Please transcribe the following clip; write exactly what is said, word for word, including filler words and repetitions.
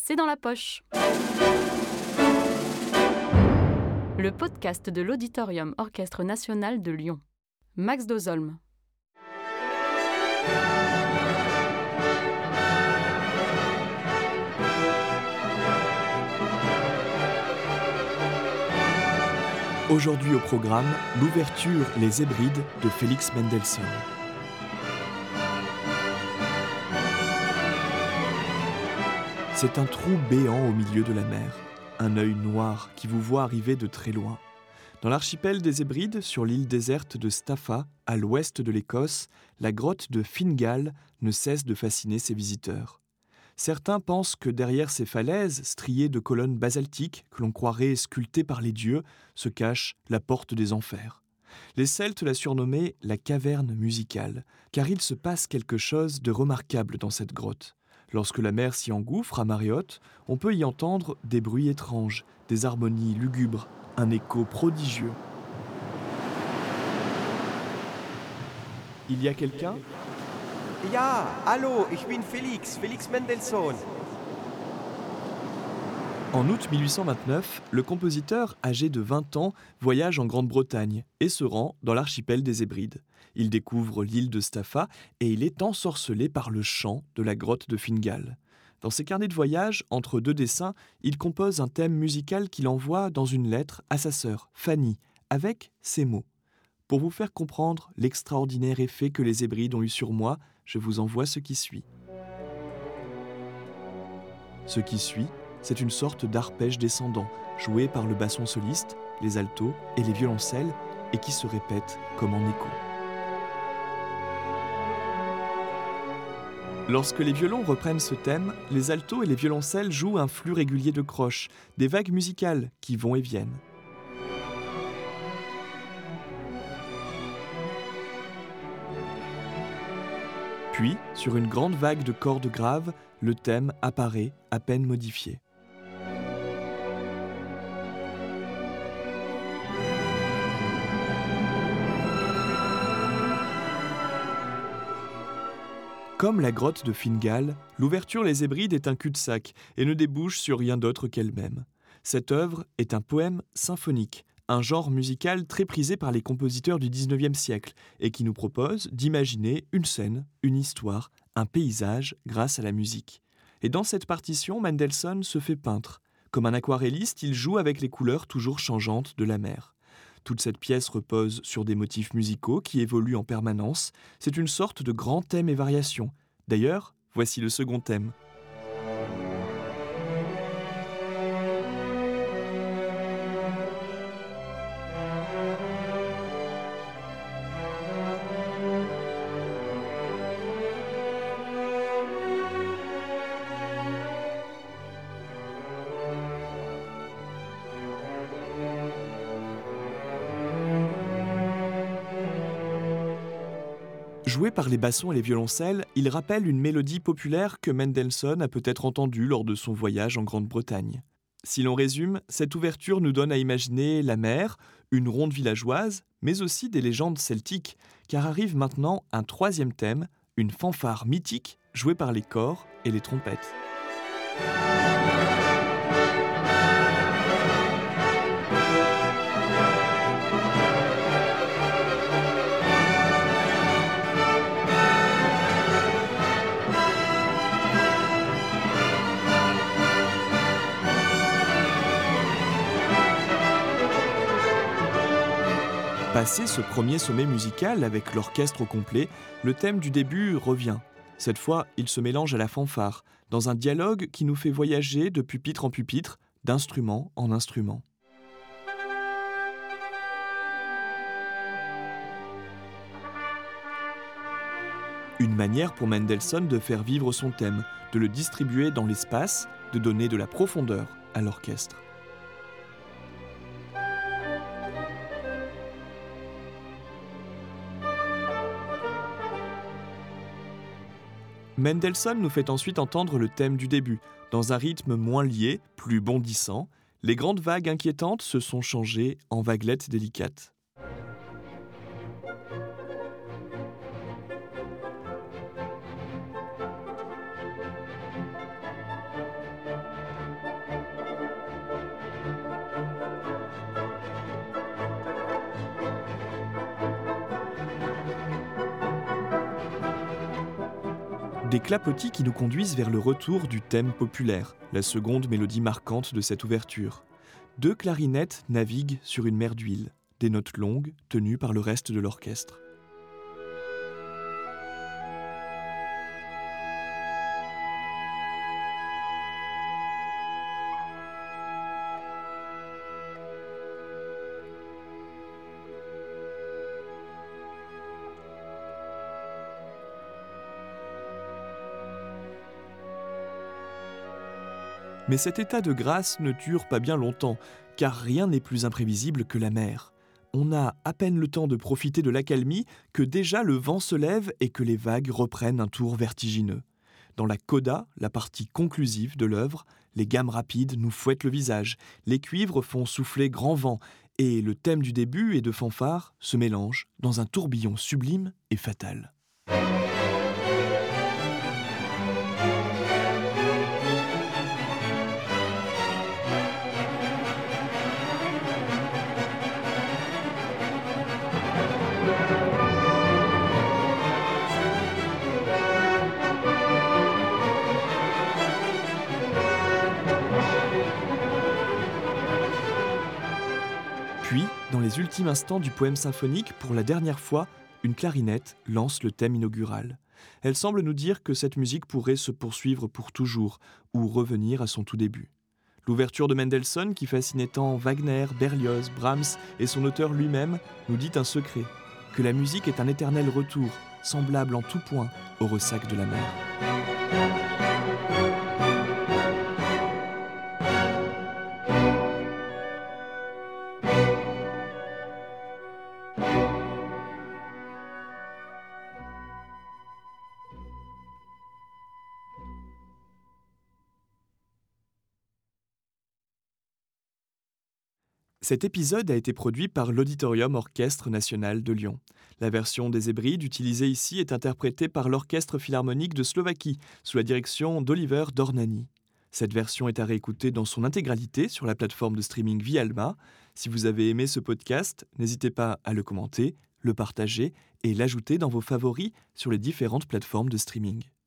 c'est dans la poche. Le podcast de l'Auditorium Orchestre National de Lyon. Max Dozolm. Aujourd'hui au programme, l'ouverture Les Hébrides de Félix Mendelssohn. C'est un trou béant au milieu de la mer, un œil noir qui vous voit arriver de très loin. Dans l'archipel des Hébrides, sur l'île déserte de Staffa, à l'ouest de l'Écosse, la grotte de Fingal ne cesse de fasciner ses visiteurs. Certains pensent que derrière ces falaises, striées de colonnes basaltiques que l'on croirait sculptées par les dieux, se cache la porte des enfers. Les Celtes la surnommaient la caverne musicale, car il se passe quelque chose de remarquable dans cette grotte. Lorsque la mer s'y engouffre à marée haute, on peut y entendre des bruits étranges, des harmonies lugubres, un écho prodigieux. Il y a quelqu'un ? Ja, hallo, ich bin Felix, Felix Mendelssohn. En août mille huit cent vingt-neuf, le compositeur, âgé de vingt ans, voyage en Grande-Bretagne et se rend dans l'archipel des Hébrides. Il découvre l'île de Staffa et il est ensorcelé par le chant de la grotte de Fingal. Dans ses carnets de voyage, entre deux dessins, il compose un thème musical qu'il envoie dans une lettre à sa sœur, Fanny, avec ces mots. Pour vous faire comprendre l'extraordinaire effet que les Hébrides ont eu sur moi, je vous envoie ce qui suit. Ce qui suit, c'est une sorte d'arpège descendant, joué par le basson soliste, les altos et les violoncelles, et qui se répète comme en écho. Lorsque les violons reprennent ce thème, les altos et les violoncelles jouent un flux régulier de croches, des vagues musicales qui vont et viennent. Puis, sur une grande vague de cordes graves, le thème apparaît à peine modifié. Comme la grotte de Fingal, l'ouverture Les Hébrides est un cul-de-sac et ne débouche sur rien d'autre qu'elle-même. Cette œuvre est un poème symphonique, un genre musical très prisé par les compositeurs du dix-neuvième siècle et qui nous propose d'imaginer une scène, une histoire, un paysage grâce à la musique. Et dans cette partition, Mendelssohn se fait peintre. Comme un aquarelliste, il joue avec les couleurs toujours changeantes de la mer. Toute cette pièce repose sur des motifs musicaux qui évoluent en permanence. C'est une sorte de grand thème et variation. D'ailleurs, voici le second thème. Joué par les bassons et les violoncelles, il rappelle une mélodie populaire que Mendelssohn a peut-être entendue lors de son voyage en Grande-Bretagne. Si l'on résume, cette ouverture nous donne à imaginer la mer, une ronde villageoise, mais aussi des légendes celtiques, car arrive maintenant un troisième thème, une fanfare mythique jouée par les cors et les trompettes. Passé ce premier sommet musical avec l'orchestre au complet, le thème du début revient. Cette fois, il se mélange à la fanfare, dans un dialogue qui nous fait voyager de pupitre en pupitre, d'instrument en instrument. Une manière pour Mendelssohn de faire vivre son thème, de le distribuer dans l'espace, de donner de la profondeur à l'orchestre. Mendelssohn nous fait ensuite entendre le thème du début, dans un rythme moins lié, plus bondissant. Les grandes vagues inquiétantes se sont changées en vaguelettes délicates. Des clapotis qui nous conduisent vers le retour du thème populaire, la seconde mélodie marquante de cette ouverture. Deux clarinettes naviguent sur une mer d'huile, des notes longues tenues par le reste de l'orchestre. Mais cet état de grâce ne dure pas bien longtemps, car rien n'est plus imprévisible que la mer. On a à peine le temps de profiter de l'accalmie que déjà le vent se lève et que les vagues reprennent un tour vertigineux. Dans la coda, la partie conclusive de l'œuvre, les gammes rapides nous fouettent le visage, les cuivres font souffler grand vent, et le thème du début et de fanfare se mélange dans un tourbillon sublime et fatal. Puis, dans les ultimes instants du poème symphonique, pour la dernière fois, une clarinette lance le thème inaugural. Elle semble nous dire que cette musique pourrait se poursuivre pour toujours, ou revenir à son tout début. L'ouverture de Mendelssohn, qui fascinait tant Wagner, Berlioz, Brahms et son auteur lui-même, nous dit un secret, que la musique est un éternel retour, semblable en tout point au ressac de la mer. Cet épisode a été produit par l'Auditorium Orchestre National de Lyon. La version des Hébrides utilisée ici est interprétée par l'Orchestre Philharmonique de Slovaquie, sous la direction d'Oliver Dornani. Cette version est à réécouter dans son intégralité sur la plateforme de streaming Vialma. Si vous avez aimé ce podcast, n'hésitez pas à le commenter, le partager et l'ajouter dans vos favoris sur les différentes plateformes de streaming.